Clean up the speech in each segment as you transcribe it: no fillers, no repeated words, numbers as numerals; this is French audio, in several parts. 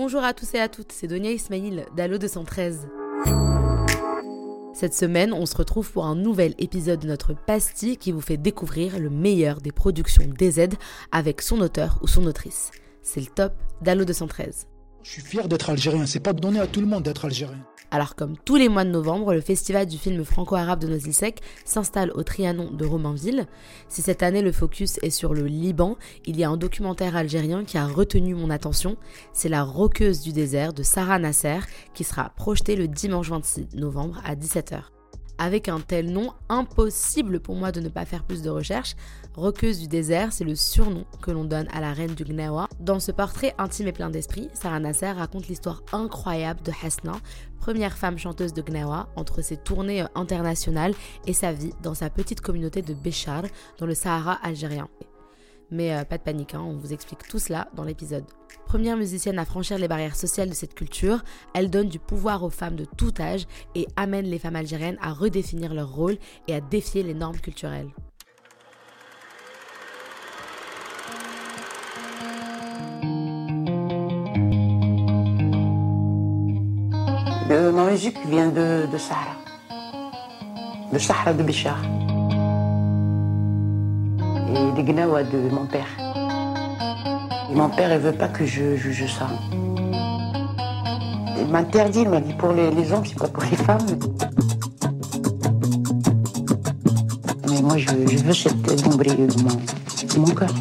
Bonjour à tous et à toutes, c'est Donia Ismail d'Allo 213. Cette semaine, on se retrouve pour un nouvel épisode de notre pastille qui vous fait découvrir le meilleur des productions DZ avec son auteur ou son autrice. C'est le top d'Allo 213. Je suis fier d'être algérien, c'est pas donné à tout le monde d'être algérien. Alors comme tous les mois de novembre, le festival du film franco-arabe de Noisy-le-Sec s'installe au Trianon de Romainville. Si cette année le focus est sur le Liban, il y a un documentaire algérien qui a retenu mon attention. C'est La Roqueuse du désert de Sarah Nasser qui sera projeté le dimanche 26 novembre à 17h. Avec un tel nom, impossible pour moi de ne pas faire plus de recherches. Roqueuse du désert, c'est le surnom que l'on donne à la reine du Gnawa. Dans ce portrait intime et plein d'esprit, Sarah Nasser raconte l'histoire incroyable de Hasna, première femme chanteuse de Gnawa, entre ses tournées internationales et sa vie dans sa petite communauté de Béchar, dans le Sahara algérien. Mais pas de panique, on vous explique tout cela dans l'épisode. Première musicienne à franchir les barrières sociales de cette culture, elle donne du pouvoir aux femmes de tout âge et amène les femmes algériennes à redéfinir leur rôle et à défier les normes culturelles. Ma musique vient de Sahara, de Béchar. Et des Gnawa de mon père. Et mon père, il veut pas que je juge ça. Il m'interdit, il m'a dit pour les hommes, c'est pas pour les femmes. Mais moi, je veux cette bomberie de mon cœur.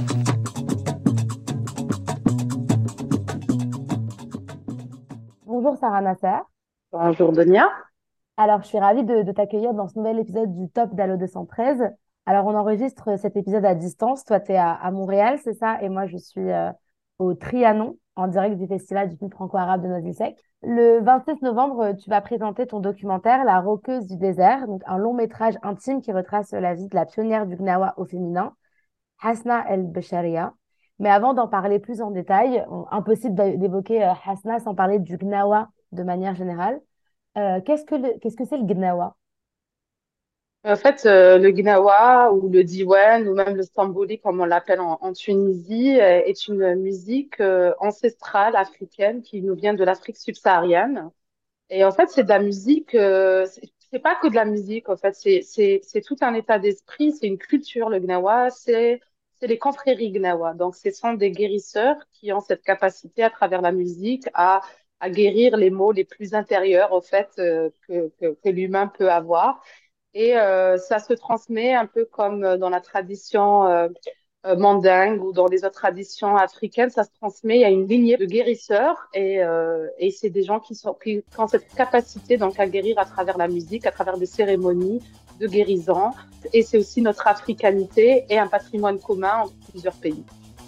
Bonjour Sarah Nasser. Bonjour Donia. Alors, je suis ravie de t'accueillir dans ce nouvel épisode du Top d'Allo 213. Alors, on enregistre cet épisode à distance. Toi, tu es à Montréal, c'est ça? Et moi, je suis au Trianon, en direct du Festival du film franco-arabe de Noisy-le-Sec. Le 26 novembre, tu vas présenter ton documentaire La Roqueuse du désert, donc un long métrage intime qui retrace la vie de la pionnière du Gnawa au féminin, Hasna El Becharia. Mais avant d'en parler plus en détail, impossible d'évoquer Hasna sans parler du Gnawa de manière générale. Qu'est-ce que c'est le Gnawa? En fait, le Gnawa ou le Diwan ou même le Stambouli, comme on l'appelle en Tunisie, est une musique ancestrale africaine qui nous vient de l'Afrique subsaharienne. Et en fait, c'est de la musique, c'est pas que de la musique, en fait, c'est tout un état d'esprit, c'est une culture, le Gnawa, c'est les confréries Gnawa. Donc, ce sont des guérisseurs qui ont cette capacité à travers la musique à guérir les maux les plus intérieurs, en fait, que l'humain peut avoir. Et ça se transmet un peu comme dans la tradition mandingue ou dans les autres traditions africaines, ça se transmet. Il y a une lignée de guérisseurs et c'est des gens qui ont cette capacité donc à guérir à travers la musique, à travers des cérémonies de guérison. Et c'est aussi notre africanité et un patrimoine commun entre plusieurs pays.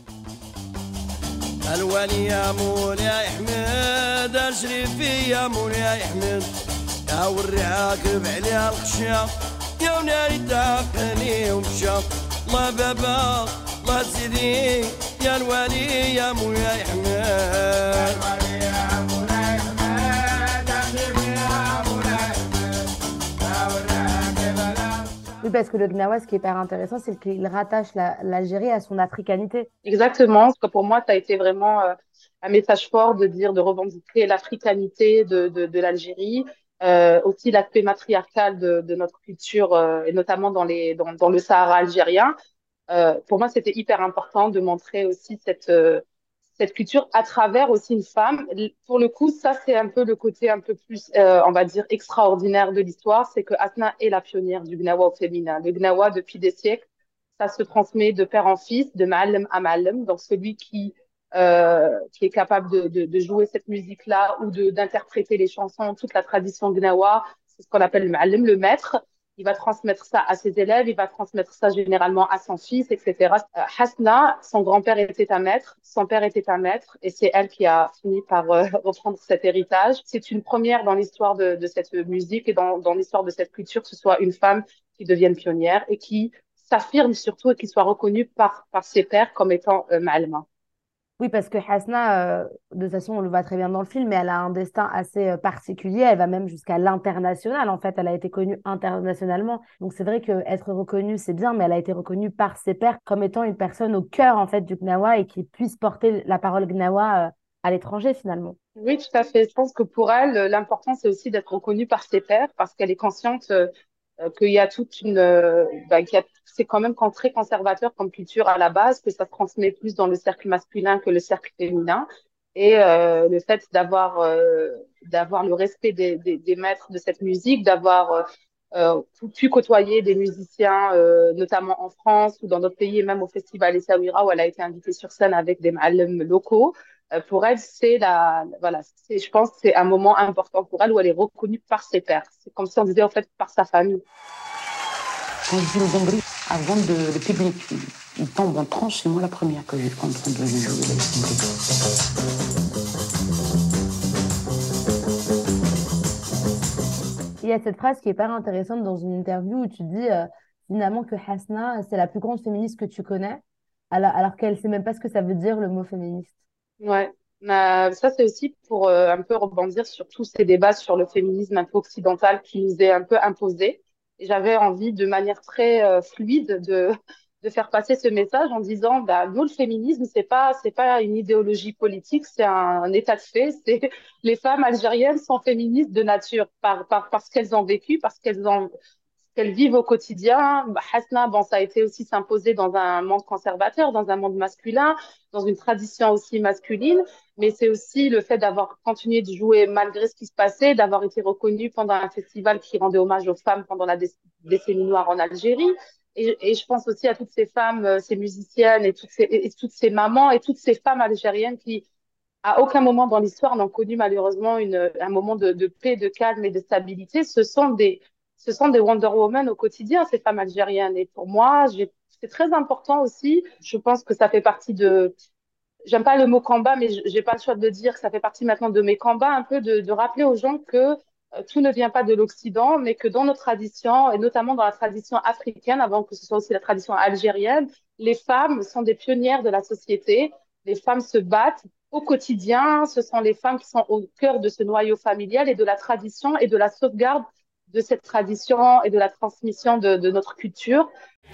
الوالي يا مولاي احمد الشريفي يا مولاي احمد يا والرعاك بعليا الخشاق يا وناي داقني ومشى الله بابا الله سيدي يا الوالي يا مولاي احمد Oui, parce que le Gnawa, ce qui est hyper intéressant, c'est qu'il rattache l'Algérie à son africanité. Exactement, parce que pour moi, ça a été vraiment un message fort de dire, de revendiquer l'africanité de l'Algérie, aussi l'aspect matriarcal de notre culture, et notamment dans le Sahara algérien. Pour moi, c'était hyper important de montrer aussi cette culture à travers aussi une femme. Pour le coup, ça, c'est un peu le côté un peu plus, on va dire, extraordinaire de l'histoire, c'est que Asna est la pionnière du Gnawa au féminin. Le Gnawa, depuis des siècles, ça se transmet de père en fils, de ma'allem à ma'allem. Donc, celui qui est capable de jouer cette musique-là ou d'interpréter les chansons, toute la tradition Gnawa, c'est ce qu'on appelle le ma'allem, le maître. Il va transmettre ça à ses élèves, il va transmettre ça généralement à son fils, etc. Hasna, son grand-père était un maître, son père était un maître, et c'est elle qui a fini par reprendre cet héritage. C'est une première dans l'histoire de cette musique et dans l'histoire de cette culture que ce soit une femme qui devienne pionnière et qui s'affirme surtout et qui soit reconnue par ses pairs comme étant ma'alma. Oui, parce que Hasna, de toute façon, on le voit très bien dans le film, mais elle a un destin assez particulier. Elle va même jusqu'à l'international. En fait, elle a été connue internationalement. Donc, c'est vrai qu'être reconnue, c'est bien, mais elle a été reconnue par ses pairs comme étant une personne au cœur, en fait, du Gnawa et qui puisse porter la parole Gnawa à l'étranger finalement. Oui, tout à fait. Je pense que pour elle, l'important, c'est aussi d'être reconnue par ses pairs parce qu'elle est consciente qu'il y a toute c'est quand même très conservateur comme culture à la base, que ça se transmet plus dans le cercle masculin que le cercle féminin. Et le fait d'avoir le respect des maîtres de cette musique, d'avoir pu côtoyer des musiciens, notamment en France ou dans d'autres pays, et même au festival Essaouira, où elle a été invitée sur scène avec des ma'alem locaux. Pour elle, je pense que c'est un moment important pour elle où elle est reconnue par ses pairs. C'est comme si on disait en fait par sa famille. Quand je joue le dongri, avant le public, il tombe en transe, c'est moi la première que je suis en train de jouer le Il y a cette phrase qui est hyper intéressante dans une interview où tu dis finalement que Hasna, c'est la plus grande féministe que tu connais, alors qu'elle ne sait même pas ce que ça veut dire le mot féministe. Ouais. Ça, c'est aussi pour un peu rebondir sur tous ces débats sur le féminisme un peu occidental qui nous est un peu imposé. Et j'avais envie, de manière très fluide, de faire passer ce message en disant, bah, nous, le féminisme, c'est pas une idéologie politique, c'est un état de fait. C'est les femmes algériennes sont féministes de nature parce qu'elles ont vécu, parce qu'elles vivent au quotidien. Bah, Hasna, bon, ça a été aussi s'imposer dans un monde conservateur, dans un monde masculin, dans une tradition aussi masculine, mais c'est aussi le fait d'avoir continué de jouer malgré ce qui se passait, d'avoir été reconnue pendant un festival qui rendait hommage aux femmes pendant la décennie noire en Algérie. Et je pense aussi à toutes ces femmes, ces musiciennes et toutes ces mamans et toutes ces femmes algériennes qui, à aucun moment dans l'histoire, n'ont connu malheureusement un moment de paix, de calme et de stabilité. Ce sont des Wonder Woman au quotidien, ces femmes algériennes. Et pour moi, c'est très important aussi. Je pense que ça fait partie j'aime pas le mot combat, mais j'ai pas le choix de le dire, que ça fait partie maintenant de mes combats, un peu de rappeler aux gens que tout ne vient pas de l'Occident, mais que dans nos traditions, et notamment dans la tradition africaine, avant que ce soit aussi la tradition algérienne, les femmes sont des pionnières de la société. Les femmes se battent au quotidien. Ce sont les femmes qui sont au cœur de ce noyau familial et de la tradition et de la sauvegarde de cette tradition et de la transmission de notre culture.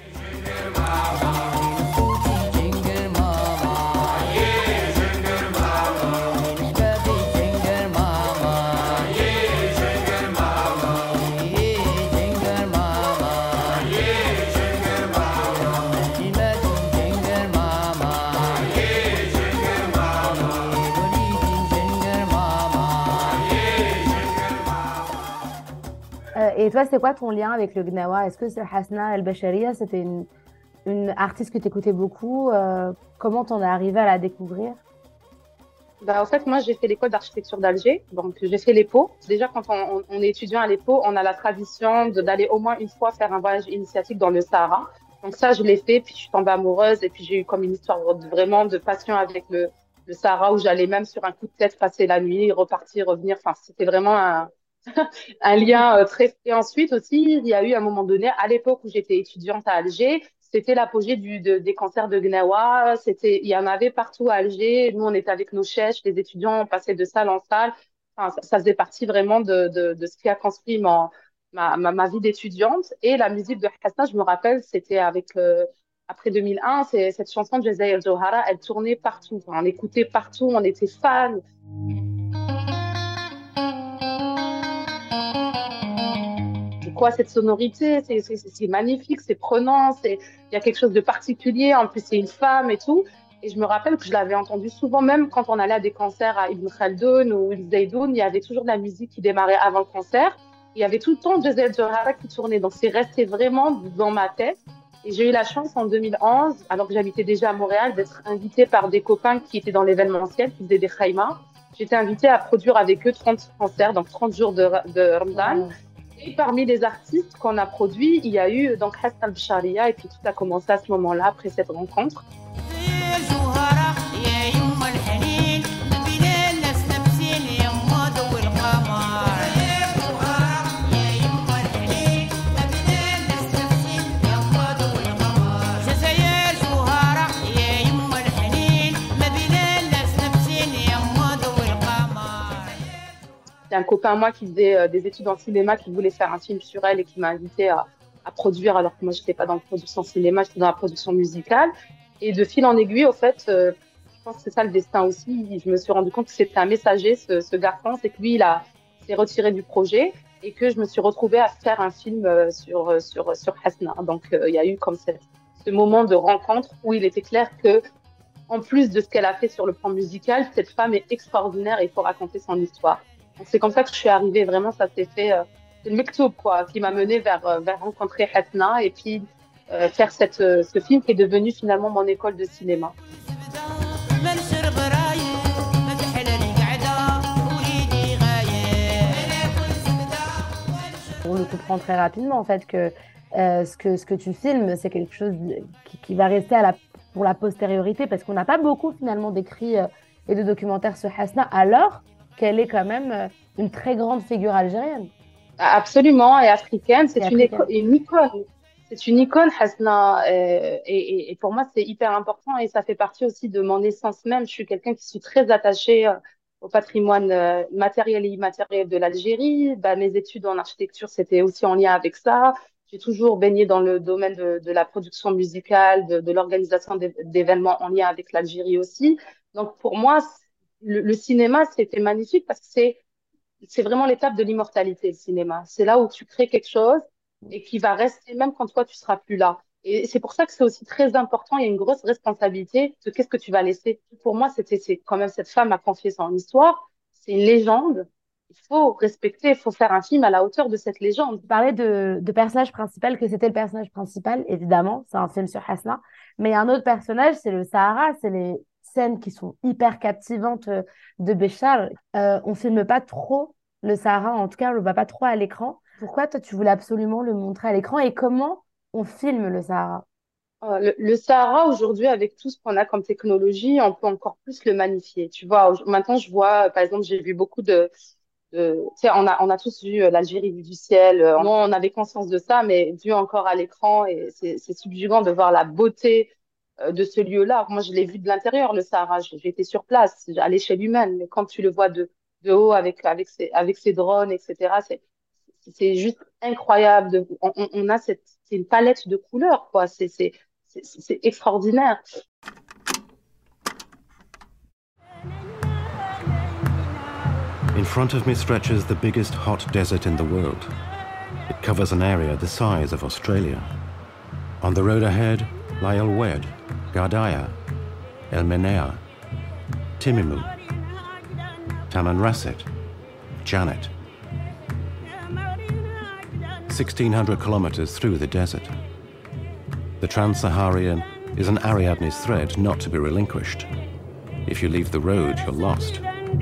Et toi, c'est quoi ton lien avec le Gnawa? Est-ce que c'est Hasna El Becharia, c'était une artiste que tu écoutais beaucoup? Comment t'en es arrivée à la découvrir? Bah, en fait, moi, j'ai fait l'école d'architecture d'Alger. Donc, j'ai fait l'EPO. Déjà, quand on est étudiant à l'EPO, on a la tradition d'aller au moins une fois faire un voyage initiatique dans le Sahara. Donc, ça, je l'ai fait. Puis, je suis tombée amoureuse. Et puis, j'ai eu comme une histoire vraiment de passion avec le Sahara où j'allais même sur un coup de tête passer la nuit, repartir, revenir. Enfin, c'était vraiment un lien très... Et ensuite aussi, il y a eu un moment donné, à l'époque où j'étais étudiante à Alger, c'était l'apogée des concerts de Gnawa. Il y en avait partout à Alger. Nous, on était avec nos chèches, les étudiants, on passait de salle en salle. Enfin, ça faisait partie vraiment de ce qui a construit ma vie d'étudiante. Et la musique de Hasna, je me rappelle, c'était après 2001, cette chanson de Jazair Johara, elle tournait partout. Enfin, on écoutait partout, on était fans. Quoi, cette sonorité, c'est magnifique, c'est prenant, il y a quelque chose de particulier, en plus c'est une femme et tout. Et je me rappelle que je l'avais entendu souvent, même quand on allait à des concerts à Ibn Khaldoun ou Ibn Zaydoun, il y avait toujours de la musique qui démarrait avant le concert. Il y avait tout le temps Joseph Johara qui tournait, donc c'est resté vraiment dans ma tête. Et j'ai eu la chance en 2011, alors que j'habitais déjà à Montréal, d'être invitée par des copains qui étaient dans l'événementiel, qui faisaient des khaymas. J'étais invitée à produire avec eux 30 concerts, donc 30 jours de Ramadan. Et parmi les artistes qu'on a produits, il y a eu donc Hasna El Becharia, et puis tout a commencé à ce moment-là, après cette rencontre. C'est un copain à moi qui faisait des études en cinéma, qui voulait faire un film sur elle et qui m'a invité à produire, alors que moi, je n'étais pas dans la production cinéma, j'étais dans la production musicale. Et de fil en aiguille, au fait, pense que c'est ça le destin aussi. Je me suis rendu compte que c'était un messager, ce garçon, c'est que lui, s'est retiré du projet et que je me suis retrouvée à faire un film sur Hasna. Donc, il y a eu comme ce moment de rencontre où il était clair que, en plus de ce qu'elle a fait sur le plan musical, cette femme est extraordinaire et il faut raconter son histoire. Donc, c'est comme ça que je suis arrivée. Vraiment, ça s'est fait, c'est le mektoub, quoi, qui m'a menée vers rencontrer Hasna et puis faire ce film qui est devenu finalement mon école de cinéma. On le comprend très rapidement en fait que ce que tu filmes, c'est quelque chose qui va rester pour la postériorité parce qu'on n'a pas beaucoup finalement d'écrits et de documentaires sur Hasna alors qu'elle est quand même une très grande figure algérienne. Absolument, et africaine, c'est une icône. C'est une icône, Hasna, et pour moi, c'est hyper important et ça fait partie aussi de mon essence même. Je suis quelqu'un qui suis très attachée au patrimoine matériel et immatériel de l'Algérie. Bah, mes études en architecture, c'était aussi en lien avec ça. J'ai toujours baigné dans le domaine de la production musicale, de l'organisation d'événements en lien avec l'Algérie aussi. Donc, pour moi, le cinéma, c'était magnifique parce que c'est vraiment l'étape de l'immortalité, le cinéma. C'est là où tu crées quelque chose et qui va rester même quand toi, tu seras plus là. Et c'est pour ça que c'est aussi très important. Il y a une grosse responsabilité de qu'est-ce que tu vas laisser. Pour moi, c'est quand même cette femme a confié son histoire. C'est une légende. Il faut respecter, il faut faire un film à la hauteur de cette légende. Tu parlais de personnage principal, que c'était le personnage principal, évidemment. C'est un film sur Hasna. Mais il y a un autre personnage, c'est le Sahara. C'est les scènes qui sont hyper captivantes de Béchar. On filme pas trop le Sahara. En tout cas, on le voit pas trop à l'écran. Pourquoi toi, tu voulais absolument le montrer à l'écran et comment on filme le Sahara? Le Sahara, aujourd'hui, avec tout ce qu'on a comme technologie, on peut encore plus le magnifier. Tu vois, maintenant, je vois, par exemple, j'ai vu beaucoup tu sais, on a tous vu l'Algérie vue du ciel. Nous, on avait conscience de ça, mais vu encore à l'écran, et c'est subjugant de voir la beauté de ce lieu-là. Moi, je l'ai vu de l'intérieur, le Sahara. J'étais sur place, à l'échelle humaine. Mais quand tu le vois de haut avec ses drones, etc., c'est juste incroyable. On a c'est une palette de couleurs, quoi. C'est extraordinaire. In front of me stretches the biggest hot desert in the world. It covers an area the size of Australia. On the road ahead lie El Wed, Gardaya, El Menea, Timimu, Tamanrasset, Janet. 1,600 kilometers through the desert. The Trans-Saharan is an Ariadne's thread not to be relinquished. If you leave the road, you're lost.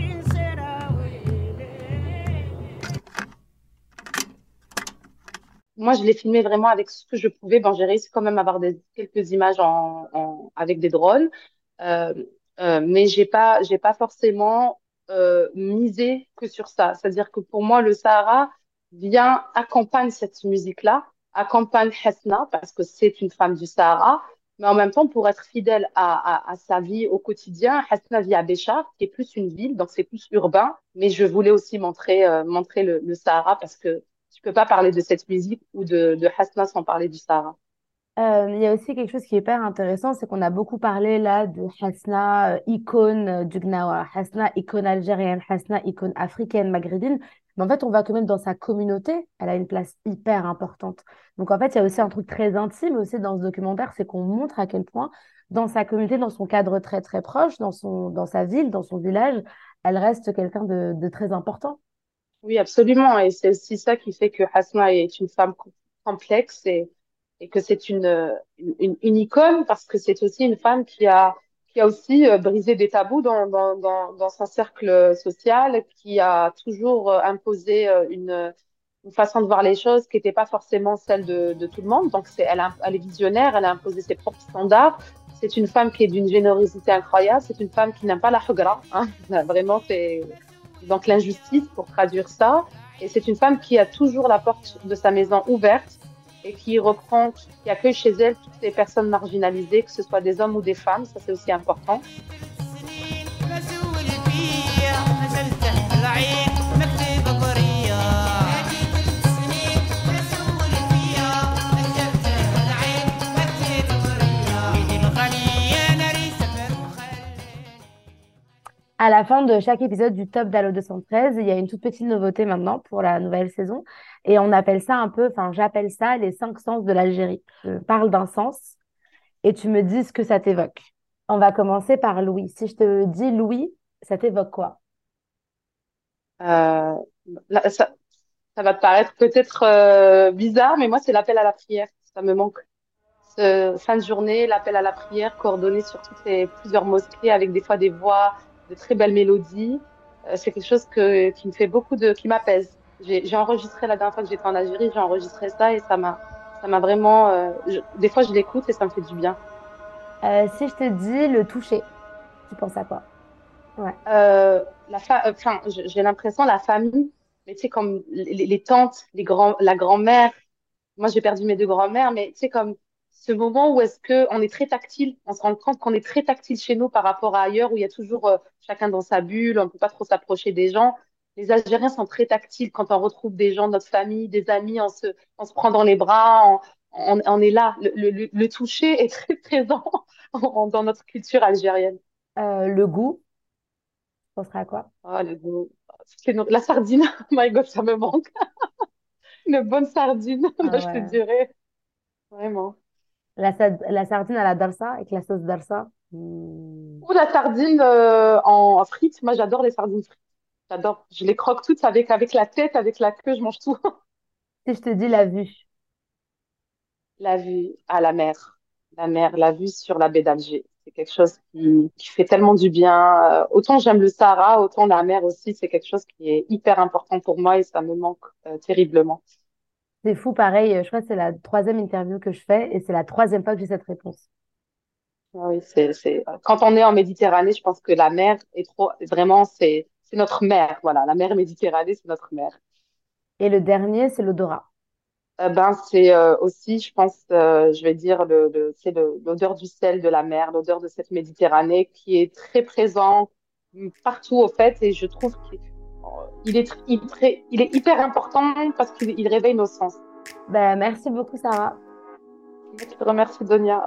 Moi, je l'ai filmé vraiment avec ce que je pouvais. Bon, j'ai réussi quand même à avoir quelques images avec des drones, mais j'ai pas forcément misé que sur ça. C'est-à-dire que pour moi, le Sahara accompagne cette musique-là, accompagne Hasna parce que c'est une femme du Sahara, mais en même temps, pour être fidèle à sa vie au quotidien, Hasna vit à Béchar, qui est plus une ville, donc c'est plus urbain, mais je voulais aussi montrer le Sahara parce que tu peux pas parler de cette musique ou de Hasna sans parler du Sahara. Il y a aussi quelque chose qui est hyper intéressant, c'est qu'on a beaucoup parlé là de Hasna, icône du Gnawa, Hasna, icône algérienne, Hasna, icône africaine, maghrébine. Mais en fait, on voit quand même dans sa communauté, elle a une place hyper importante. Donc en fait, il y a aussi un truc très intime aussi dans ce documentaire, c'est qu'on montre à quel point dans sa communauté, dans son cadre très très proche, dans sa ville, dans son village, elle reste quelqu'un de très important. Oui, absolument. Et c'est aussi ça qui fait que Hasna est une femme complexe et que c'est une icône parce que c'est aussi une femme qui a aussi brisé des tabous dans son cercle social, qui a toujours imposé une façon de voir les choses qui n'était pas forcément celle de tout le monde. Donc, elle est visionnaire, elle a imposé ses propres standards. C'est une femme qui est d'une générosité incroyable. C'est une femme qui n'aime pas la hugra, hein. Vraiment, c'est donc l'injustice pour traduire ça. Et c'est une femme qui a toujours la porte de sa maison ouverte et qui accueille chez elle toutes les personnes marginalisées, que ce soit des hommes ou des femmes. Ça, c'est aussi important. À la fin de chaque épisode du Top d'Allo 213, il y a une toute petite nouveauté maintenant pour la nouvelle saison. Et on appelle ça un peu, enfin, j'appelle ça les 5 sens de l'Algérie. Je parle d'un sens et tu me dis ce que ça t'évoque. On va commencer par Louis. Si je te dis Louis, ça t'évoque quoi? Euh, là, ça va te paraître peut-être bizarre, mais moi, c'est l'appel à la prière. Ça me manque. Fin de journée, l'appel à la prière coordonné sur toutes les plusieurs mosquées avec des fois des voix, de très belles mélodies. C'est quelque chose qui me fait qui m'apaise. J'ai enregistré la dernière fois que j'étais en Algérie, j'ai enregistré ça et ça m'a vraiment, des fois je l'écoute et ça me fait du bien. Si je te dis le toucher, tu penses à quoi? Ouais. Enfin, j'ai l'impression la famille, mais tu sais comme les tantes, la grand-mère. Moi, j'ai perdu mes deux grands-mères, mais tu sais, comme ce moment où est-ce que on est très tactile, on se rend compte qu'on est très tactile chez nous par rapport à ailleurs où il y a toujours chacun dans sa bulle, on ne peut pas trop s'approcher des gens. Les Algériens sont très tactiles quand on retrouve des gens de notre famille, des amis, on se prend dans les bras, on est là. Le toucher est très présent dans notre culture algérienne. Le goût, tu penserais à quoi? Oh, la sardine, oh my God, ça me manque. Une bonne sardine, Ah moi, je te ouais. dirais, vraiment. La sardine à la darsa avec la sauce darsa. Ou la sardine en frites. Moi, j'adore les sardines frites. J'adore. Je les croque toutes avec la tête, avec la queue, je mange tout. Si je te dis la vue. La vue à la mer. La mer, la vue sur la baie d'Alger. C'est quelque chose qui fait tellement du bien. Autant j'aime le Sahara, autant la mer aussi, c'est quelque chose qui est hyper important pour moi et ça me manque terriblement. C'est fou, pareil. Je crois que c'est la troisième interview que je fais et c'est la troisième fois que j'ai cette réponse. Ah oui, quand on est en Méditerranée, je pense que la mer est vraiment, c'est notre mer. Voilà, la mer Méditerranée, c'est notre mer. Et le dernier, c'est l'odorat. Ben, c'est aussi, je pense, je vais dire, c'est l'odeur du sel de la mer, l'odeur de cette Méditerranée qui est très présent partout, au fait, et je trouve il est hyper important parce qu'il réveille nos sens. Ben, merci beaucoup, Sarah. Je te remercie, Donia.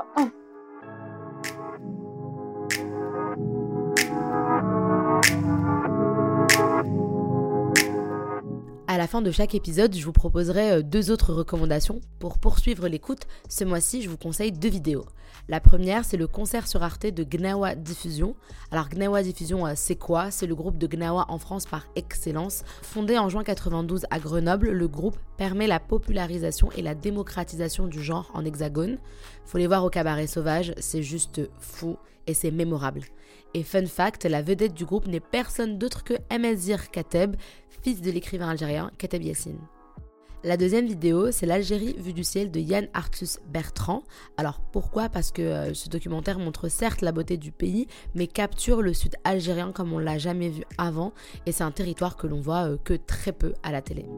À la fin de chaque épisode, je vous proposerai 2 autres recommandations. Pour poursuivre l'écoute, ce mois-ci, je vous conseille 2 vidéos. La première, c'est le concert sur Arte de Gnawa Diffusion. Alors Gnawa Diffusion, c'est quoi? C'est le groupe de Gnawa en France par excellence. Fondé en juin 92 à Grenoble, le groupe permet la popularisation et la démocratisation du genre en hexagone. Faut les voir au Cabaret Sauvage, c'est juste fou et c'est mémorable. Et fun fact, la vedette du groupe n'est personne d'autre que Amazir Kateb, fils de l'écrivain algérien Kateb Yassine. La deuxième vidéo, c'est l'Algérie vue du ciel de Yann Arthus Bertrand. Alors pourquoi? Parce que ce documentaire montre certes la beauté du pays, mais capture le sud algérien comme on l'a jamais vu avant, et c'est un territoire que l'on voit que très peu à la télé.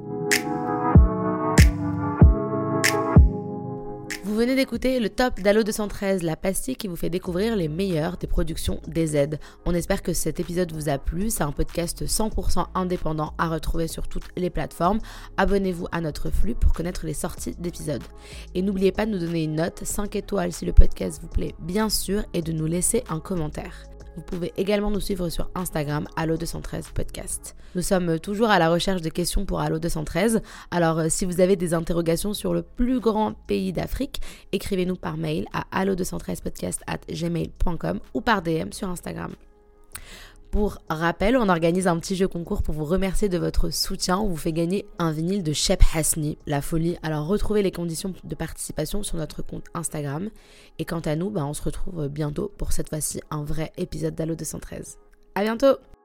Vous venez d'écouter le top d'Allo 213, la pastille qui vous fait découvrir les meilleurs des productions DZ. On espère que cet épisode vous a plu, c'est un podcast 100% indépendant à retrouver sur toutes les plateformes. Abonnez-vous à notre flux pour connaître les sorties d'épisodes. Et n'oubliez pas de nous donner une note, 5 étoiles si le podcast vous plaît bien sûr, et de nous laisser un commentaire. Vous pouvez également nous suivre sur Instagram, Allo213 Podcast. Nous sommes toujours à la recherche de questions pour Allo213. Alors, si vous avez des interrogations sur le plus grand pays d'Afrique, écrivez-nous par mail à allo213podcast@gmail.com ou par DM sur Instagram. Pour rappel, on organise un petit jeu concours pour vous remercier de votre soutien. On vous fait gagner un vinyle de Cheb Hasni, la folie. Alors retrouvez les conditions de participation sur notre compte Instagram. Et quant à nous, on se retrouve bientôt pour cette fois-ci un vrai épisode d'Allo 213. À bientôt!